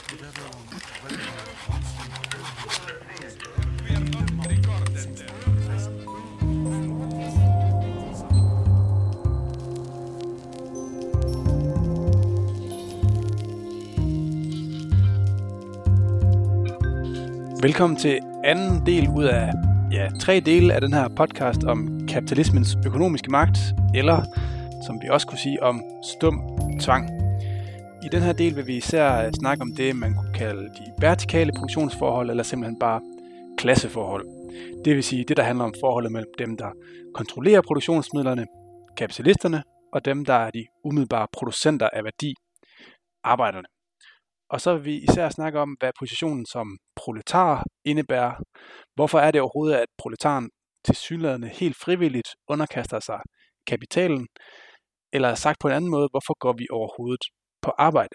Velkommen til anden del ud af 3 dele af den her podcast om kapitalismens økonomiske magt, eller som vi også kunne sige om stum tvang. I den her del vil vi især snakke om det, man kunne kalde de vertikale produktionsforhold, eller simpelthen bare klasseforhold. Det vil sige det, der handler om forholdet mellem dem, der kontrollerer produktionsmidlerne, kapitalisterne, og dem, der er de umiddelbare producenter af værdi, arbejderne. Og så vil vi især snakke om, hvad positionen som proletar indebærer. Hvorfor er det overhovedet, at proletaren tilsyneladende helt frivilligt underkaster sig kapitalen? Eller sagt på en anden måde, hvorfor går vi overhovedet på arbejde?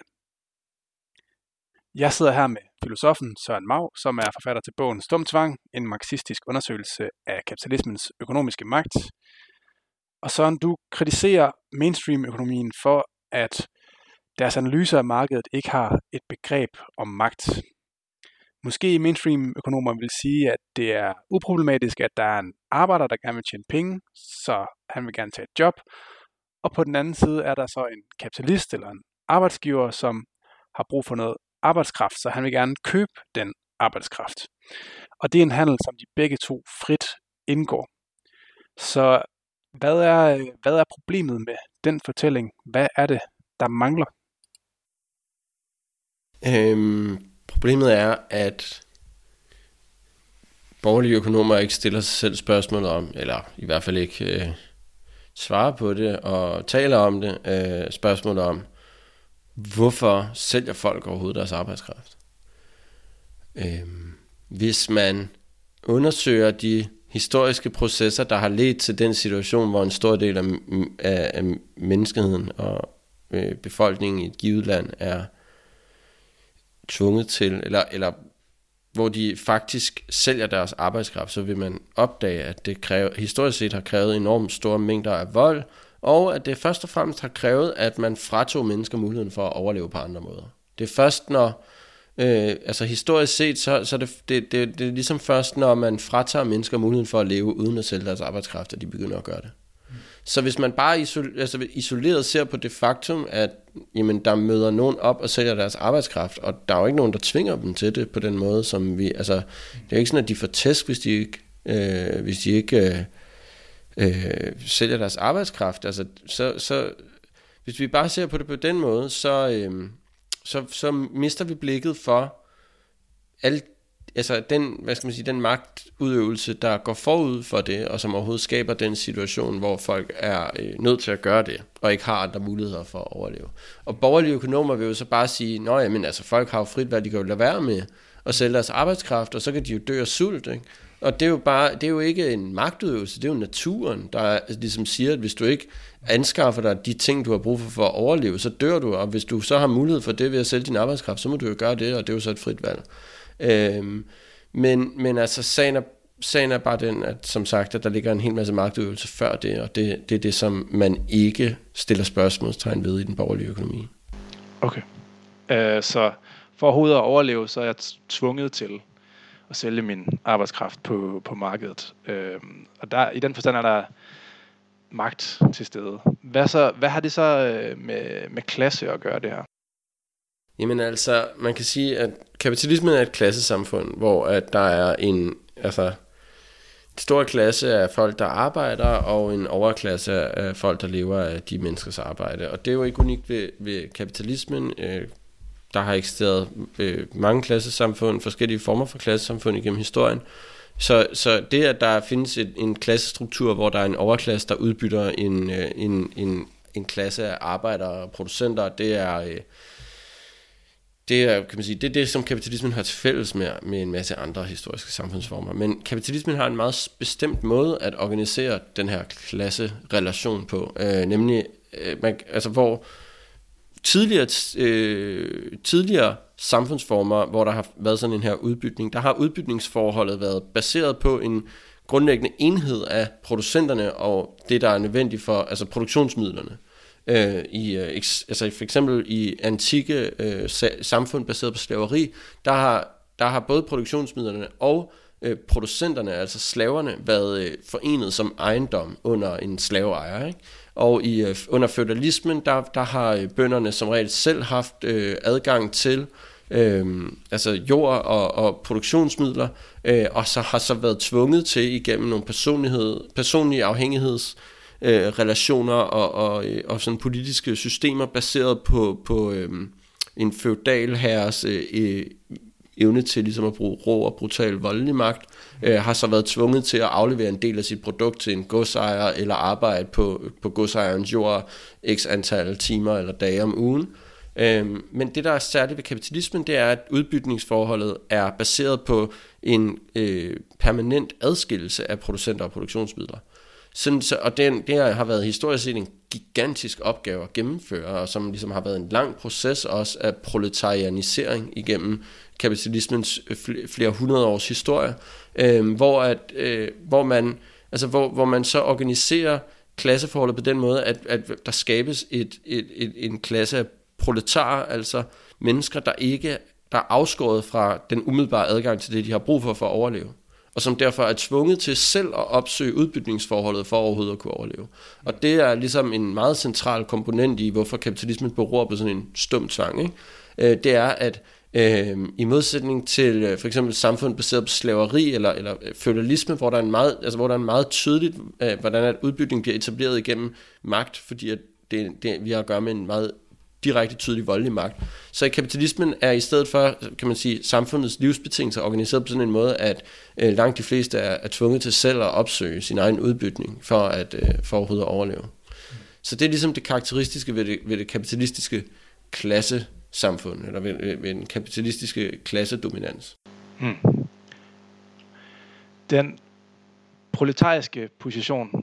Jeg sidder her med filosofen Søren Mau, som er forfatter til bogen Stum tvang, en marxistisk undersøgelse af kapitalismens økonomiske magt. Og Søren, du kritiserer mainstream-økonomien for, at deres analyser af markedet ikke har et begreb om magt. Måske mainstream-økonomer vil sige, at det er uproblematisk, at der er en arbejder, der gerne vil tjene penge, så han vil gerne tage et job. Og på den anden side er der så en kapitalist eller en arbejdsgiver, som har brug for noget arbejdskraft, så han vil gerne købe den arbejdskraft. Og det er en handel, som de begge to frit indgår. Så hvad er problemet med den fortælling? Hvad er det, der mangler? Problemet er, at borgerlige økonomer ikke stiller sig selv spørgsmål om, eller i hvert fald ikke svarer på det og taler om det, spørgsmål om, hvorfor sælger folk overhovedet deres arbejdskraft? Hvis man undersøger de historiske processer, der har ledt til den situation, hvor en stor del af menneskeheden og befolkningen i et givet land er tvunget til, eller hvor de faktisk sælger deres arbejdskraft, så vil man opdage, at det historisk set har krævet enormt store mængder af vold, og at det først og fremmest har krævet, at man fratog mennesker muligheden for at overleve på andre måder. Det er først når, historisk set, så det er ligesom først, når man fratager mennesker muligheden for at leve uden at sælge deres arbejdskraft, at de begynder at gøre det. Så hvis man bare isoleret ser på det faktum, at der møder nogen op og sælger deres arbejdskraft, og der er jo ikke nogen, der tvinger dem til det på den måde, som vi, det er jo ikke sådan, at de får tæsk, hvis de ikke sælger deres arbejdskraft. Så hvis vi bare ser på det på den måde, så mister vi blikket for den magtudøvelse, der går forud for det, og som overhovedet skaber den situation, hvor folk er nødt til at gøre det, og ikke har andre muligheder for at overleve. Og borgerlige økonomer vil jo så bare sige, folk har jo frit valg, de kan jo lade være med at sælge deres arbejdskraft, og så kan de jo dø af sult, ikke? Og det er jo ikke en magtudøvelse, det er jo naturen, der ligesom siger, at hvis du ikke anskaffer dig de ting, du har brug for at overleve, så dør du, og hvis du så har mulighed for det ved at sælge din arbejdskraft, så må du jo gøre det, og det er jo så et frit valg. Men sagen er bare den, at som sagt, at der ligger en hel masse magtudøvelse før det, og det er det, som man ikke stiller spørgsmålstegn ved i den borgerlige økonomi. Okay. Så for overhovedet at overleve, så er jeg tvunget til at sælge min arbejdskraft på markedet. Og der, i den forstand er der magt til stede. Hvad har det så med klasse at gøre, det her? Jamen man kan sige, at kapitalismen er et klassesamfund, hvor at der er en stor klasse af folk, der arbejder, og en overklasse af folk, der lever af de menneskers arbejde. Og det er jo ikke unikt ved kapitalismen. Der har eksisteret mange klassesamfund, forskellige former for klassesamfund igennem historien. Så det, at der findes en klassestruktur, hvor der er en overklasse, der udbytter en klasse af arbejdere og producenter, det er, kan man sige, det er det, som kapitalismen har til fælles med en masse andre historiske samfundsformer. Men kapitalismen har en meget bestemt måde at organisere den her klasserelation på, nemlig hvor tidligere samfundsformer, hvor der har været sådan en her udbytning, der har udbytningsforholdet været baseret på en grundlæggende enhed af producenterne og det, der er nødvendigt for, altså produktionsmidlerne. Altså for eksempel i antikke samfund baseret på slaveri, der har både produktionsmidlerne og producenterne, altså slaverne, været forenet som ejendom under en slaveejer, ikke? Og under feudalismen, der har bønderne som regel selv haft adgang til altså jord og produktionsmidler, og så har været tvunget til igennem nogle personlige afhængighedsrelationer og sådan politiske systemer baseret på en feudal herres evne til ligesom at bruge rå og brutal voldelig magt, har så været tvunget til at aflevere en del af sit produkt til en godsejer eller arbejde på godsejerens jord x antal timer eller dage om ugen. Men det der er særligt ved kapitalismen, det er, at udbytningsforholdet er baseret på en permanent adskillelse af producenter og produktionsmidler. Og det har været historisk set en gigantisk opgave at gennemføre, og som ligesom har været en lang proces også af proletarianisering igennem kapitalismens flere hundrede års historie, hvor man så organiserer klasseforholdet på den måde, at der skabes en klasse af proletarer, altså mennesker, der er afskåret fra den umiddelbare adgang til det, de har brug for at overleve, og som derfor er tvunget til selv at opsøge udbytningsforholdet for overhovedet at kunne overleve. Og det er ligesom en meget central komponent i, hvorfor kapitalismen beror på sådan en stum tvang, ikke? Det er, at i modsætning til for eksempel samfund baseret på slaveri eller feudalisme, hvor der er en meget tydeligt, hvordan at udbytning bliver etableret igennem magt, fordi at vi har at gøre med en meget direkte tydelig voldelig magt. Så kapitalismen er i stedet for, kan man sige, samfundets livsbetingelser organiseret på sådan en måde, at langt de fleste er tvunget til selv at opsøge sin egen udbytning for overhovedet at overleve. Så det er ligesom det karakteristiske ved det kapitalistiske klassesamfund, eller ved den kapitalistiske klassedominans. Den proletariske position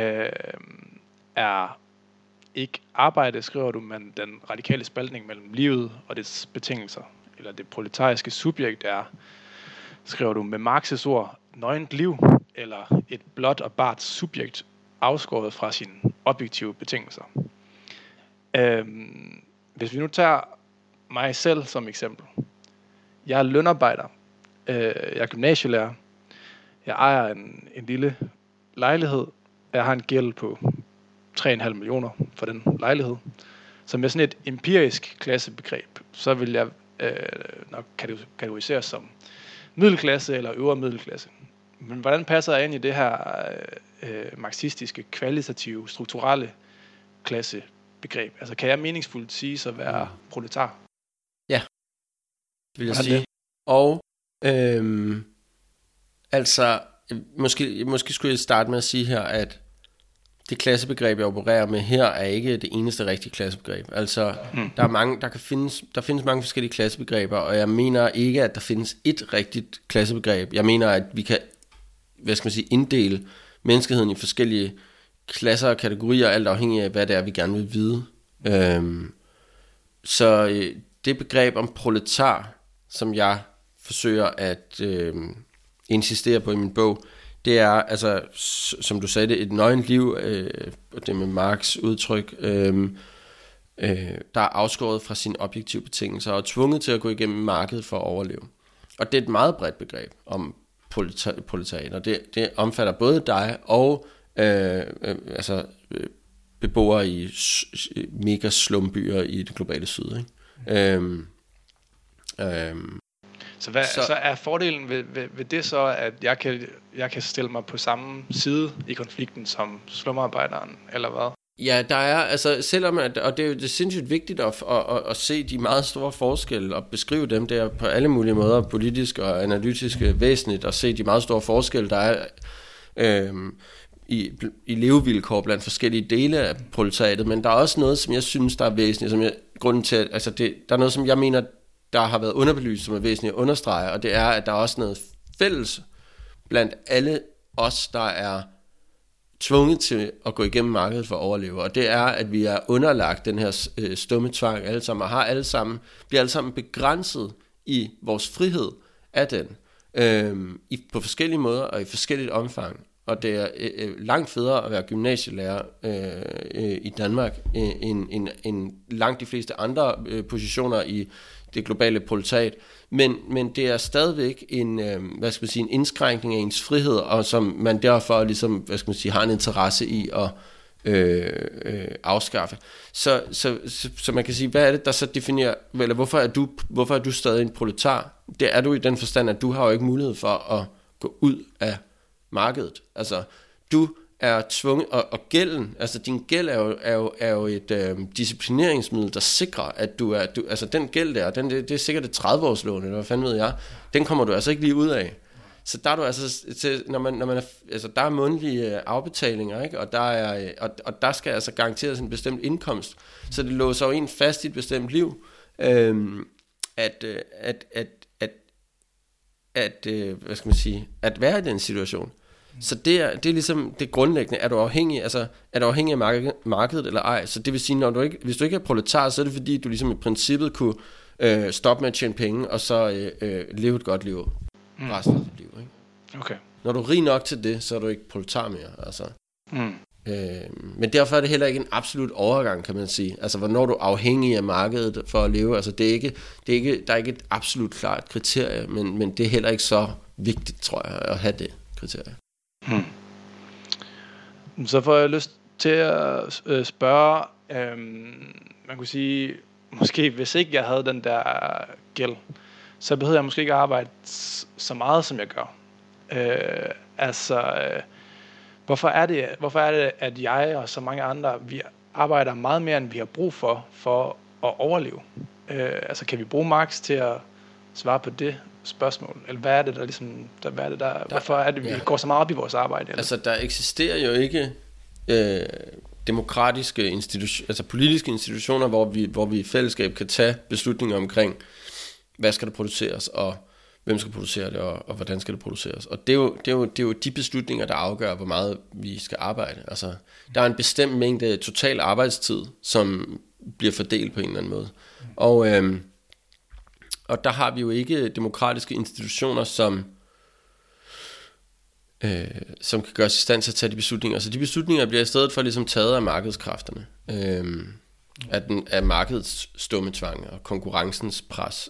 er ikke arbejde, skriver du, men den radikale spaltning mellem livet og dets betingelser, eller det proletariske subjekt er, skriver du, med Marx's ord, nøgent liv, eller et blot og bart subjekt, afskåret fra sine objektive betingelser. Hvis vi nu tager mig selv som eksempel. Jeg er lønarbejder. Jeg er gymnasielærer. Jeg ejer en lille lejlighed. Jeg har en gæld på 3,5 millioner for den lejlighed. Så med sådan et empirisk klassebegreb, så vil jeg nok kategoriseres som middelklasse eller øvre middelklasse. Men hvordan passer jeg ind i det her marxistiske, kvalitative, strukturelle klassebegreb? Altså kan jeg meningsfuldt sige at være proletar? Ja, vil jeg sige. Og altså, måske skulle jeg starte med at sige her, at det klassebegreb, jeg opererer med her, er ikke det eneste rigtige klassebegreb. Altså, der findes mange forskellige klassebegreber, og jeg mener ikke, at der findes et rigtigt klassebegreb. Jeg mener, at vi kan, inddele menneskeheden i forskellige klasser og kategorier, alt afhængig af, hvad det er, vi gerne vil vide. Så det begreb om proletar, som jeg forsøger at insistere på i min bog, det er, altså, som du sagde, et nøgent liv, det med Marx udtryk, der er afskåret fra sine objektive betingelser og tvunget til at gå igennem markedet for at overleve. Og det er et meget bredt begreb om proletariat, og det omfatter både dig og beboere i mega slumbyer i det globale syd, ikke? Så er fordelen ved det så, at jeg kan stille mig på samme side i konflikten som slumarbejderen, eller hvad? Ja, der er, altså selvom, og det er sindssygt vigtigt at se de meget store forskelle, og beskrive dem der på alle mulige måder, politisk og analytisk væsentligt, og se de meget store forskelle, der er i levevilkår blandt forskellige dele af proletariatet, men der er også noget, som jeg synes, der er væsentligt, grunden til, altså der er noget, som jeg mener, der har været underbelyst, som er væsentligt at understrege, og det er, at der er også noget fælles blandt alle os, der er tvunget til at gå igennem markedet for at overleve, og det er, at vi er underlagt den her stumme tvang alle sammen, og bliver alle sammen begrænset i vores frihed af den, på forskellige måder og i forskelligt omfang, og det er langt federe at være gymnasielærer i Danmark, end langt de fleste andre positioner i det globale proletariat. Men det er stadigvæk en indskrænkning af ens frihed, og som man derfor ligesom, har en interesse i at afskaffe. Så man kan sige, hvad er det, der så definerer, eller hvorfor er du stadig en proletar? Det er du i den forstand, at du har jo ikke mulighed for at gå ud af markedet. Altså, du er tvunget, og gælden, altså din gæld er jo et disciplineringsmiddel, der sikrer, at altså den gæld der, det er sikkert et 30-årslån, eller hvad fanden ved jeg, den kommer du altså ikke lige ud af. Så der er du altså, når man er, altså der er mundtlige afbetalinger, ikke? Og der skal altså garanteres en bestemt indkomst, så det låser jo en fast i et bestemt liv, at være i den situation. Så det er ligesom det grundlæggende. Er du afhængig af markedet eller ej? Så det vil sige, hvis du ikke er proletar, så er det fordi du ligesom i princippet kunne stoppe med at tjene penge og så leve et godt liv resten af dit liv, ikke? Okay. Når du er rig nok til det, så er du ikke proletar mere, altså. Men derfor er det heller ikke en absolut overgang, kan man sige. Altså hvornår du er afhængig af markedet for at leve, altså der er ikke et absolut klart kriterie, men det er heller ikke så vigtigt, tror jeg, at have det kriterie. Så får jeg lyst til at spørge, man kunne sige, måske hvis ikke jeg havde den der gæld, så behøvede jeg måske ikke at arbejde så meget, som jeg gør. Hvorfor er det, at jeg og så mange andre, vi arbejder meget mere, end vi har brug for at overleve? Kan vi bruge Marx til at svare på det spørgsmål? Eller hvad er det, der ligesom, hvorfor er det, vi går så meget op i vores arbejde? Eller? Altså, der eksisterer jo ikke demokratiske institutioner, altså politiske institutioner, hvor vi i fællesskab kan tage beslutninger omkring, hvad skal der produceres, og hvem skal producere det, og hvordan skal det produceres. Og det er jo de beslutninger, der afgør, hvor meget vi skal arbejde. Altså, der er en bestemt mængde total arbejdstid, som bliver fordelt på en eller anden måde. Og der har vi jo ikke demokratiske institutioner, som kan gøre os i stand til at tage de beslutninger. Så de beslutninger bliver i stedet for ligesom taget af markedskræfterne. Af markedets stumme tvang og konkurrencens pres.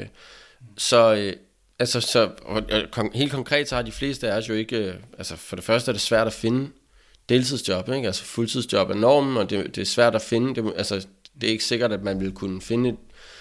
Helt konkret så har de fleste af os jo ikke, altså for det første er det svært at finde deltidsjob, ikke? Altså fuldtidsjob er normen, og det er svært at finde, det er ikke sikkert, at man vil kunne finde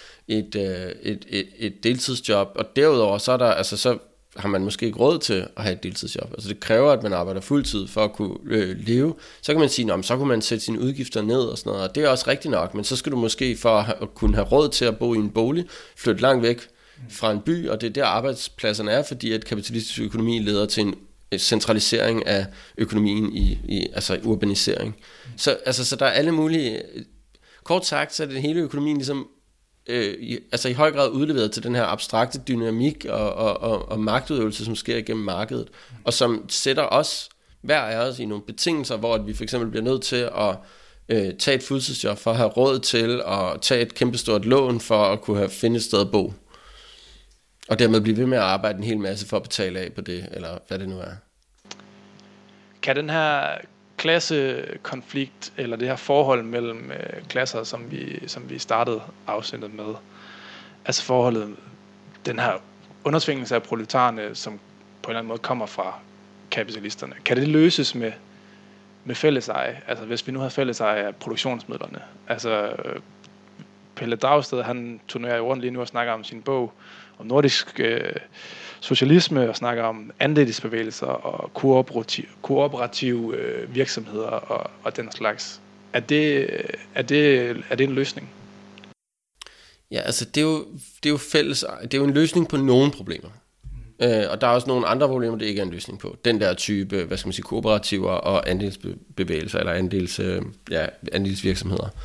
et deltidsjob, og derudover så er der, altså så har man måske ikke råd til at have et deltidsjob. Altså det kræver, at man arbejder fuldtid for at kunne leve. Så kan man sige, så kunne man sætte sine udgifter ned og sådan noget, og det er også rigtigt nok, men så skal du måske for at kunne have råd til at bo i en bolig, flytte langt væk fra en by, og det er der arbejdspladserne er, fordi at kapitalistisk økonomi leder til en centralisering af økonomien i urbanisering. Så der er alle mulige, kort sagt, så er det hele økonomien ligesom i høj grad udleveret til den her abstrakte dynamik og magtudøvelse, som sker igennem markedet, og som sætter os, hver af os, i nogle betingelser, hvor at vi for eksempel bliver nødt til at tage et fuldtidsjob for at have råd til at tage et kæmpestort lån for at kunne finde et sted at bo. Og dermed blive ved med at arbejde en hel masse for at betale af på det, eller hvad det nu er. Kan den her klassekonflikt, eller det her forhold mellem klasser, som vi startede afsnittet med, altså forholdet, den her undertvingelse af proletarerne, som på en eller anden måde kommer fra kapitalisterne, kan det løses med fælleseje? Altså hvis vi nu har fælleseje af produktionsmidlerne, altså Pelle Dragsted, han turnerer rundt lige nu og snakker om sin bog om nordisk socialisme, og snakker om andelsbevægelser og kooperative virksomheder og den slags. Er det en løsning? Ja, altså det er jo fælles, det er jo en løsning på nogle problemer. Og der er også nogle andre problemer, det ikke er en løsning på. Den der type, kooperativer og andelsbevægelser, eller andelsvirksomheder.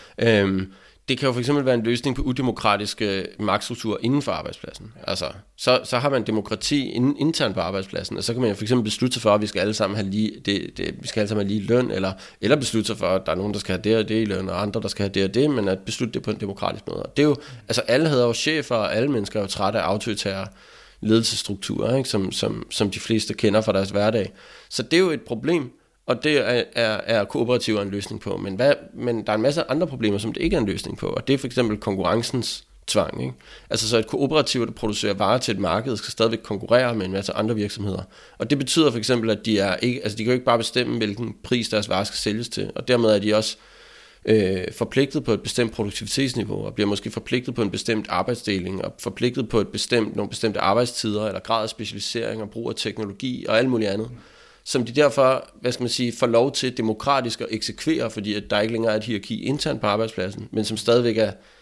Det kan jo for eksempel være en løsning på udemokratiske magtstrukturer inden for arbejdspladsen. Altså, så har man demokrati internt på arbejdspladsen, og så kan man jo for eksempel beslutte sig for, at vi skal alle sammen have lige løn, eller beslutte sig for, at der er nogen, der skal have det og det i løn, og andre, der skal have det og det, men at beslutte det på en demokratisk måde. Det er jo, altså alle hedder jo chefer, og alle mennesker er jo trætte af autoritære ledelsesstrukturer, ikke? Som de fleste kender fra deres hverdag. Så det er jo et problem, og det er kooperativer en løsning på. Men der er en masse andre problemer, som det ikke er en løsning på, og det er for eksempel konkurrencens tvang, ikke? Altså så et kooperativ, der producerer varer til et marked, skal stadigvæk konkurrere med en masse andre virksomheder. Og det betyder for eksempel, at de kan jo ikke bare bestemme, hvilken pris deres varer skal sælges til, og dermed er de også forpligtet på et bestemt produktivitetsniveau, og bliver måske forpligtet på en bestemt arbejdsdeling, og forpligtet på nogle bestemte arbejdstider, eller grad af specialisering og brug af teknologi, og alt muligt andet, som de derfor, får lov til demokratisk at eksekvere, fordi at der ikke længere er et hierarki internt på arbejdspladsen, men som stadigvæk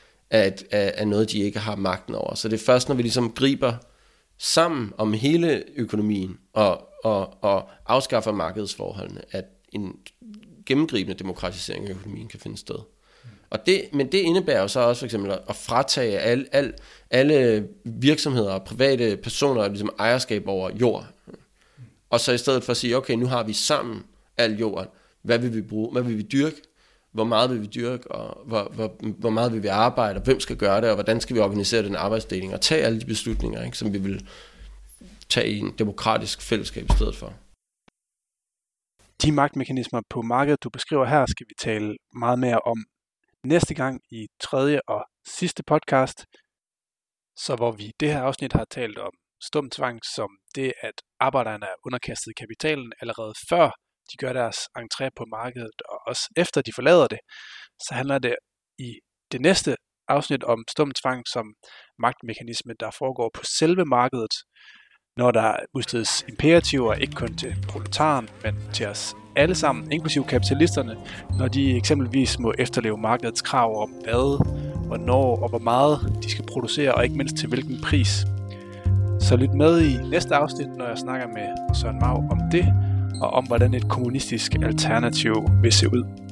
er noget, de ikke har magten over. Så det er først, når vi ligesom griber sammen om hele økonomien, og afskaffer markedsforholdene, at en gennemgribende demokratisering af økonomien kan finde sted. Men det indebærer jo så også for eksempel at fratage alle virksomheder og private personer ligesom ejerskab over jord. Og så i stedet for at sige, okay, nu har vi sammen al jorden. Hvad vil vi bruge? Hvad vil vi dyrke? Hvor meget vil vi dyrke? Og hvor meget vil vi arbejde? Og hvem skal gøre det? Og hvordan skal vi organisere den arbejdsdeling? Og tage alle de beslutninger, ikke, som vi vil tage i en demokratisk fællesskab i stedet for. De magtmekanismer på markedet, du beskriver her, skal vi tale meget mere om næste gang i tredje og sidste podcast. Så hvor vi i det her afsnit har talt om stum tvang som det, at arbejderne er underkastet kapitalen allerede før de gør deres entré på markedet, og også efter de forlader det, så handler det i det næste afsnit om stum tvang som magtmekanisme, der foregår på selve markedet, når der udstedes imperativer, ikke kun til proletaren, men til os alle sammen, inklusive kapitalisterne, når de eksempelvis må efterleve markedets krav om hvad, hvornår og hvor meget de skal producere, og ikke mindst til hvilken pris. Så lyt med i næste afsnit, når jeg snakker med Søren Mau om det, og om hvordan et kommunistisk alternativ vil se ud.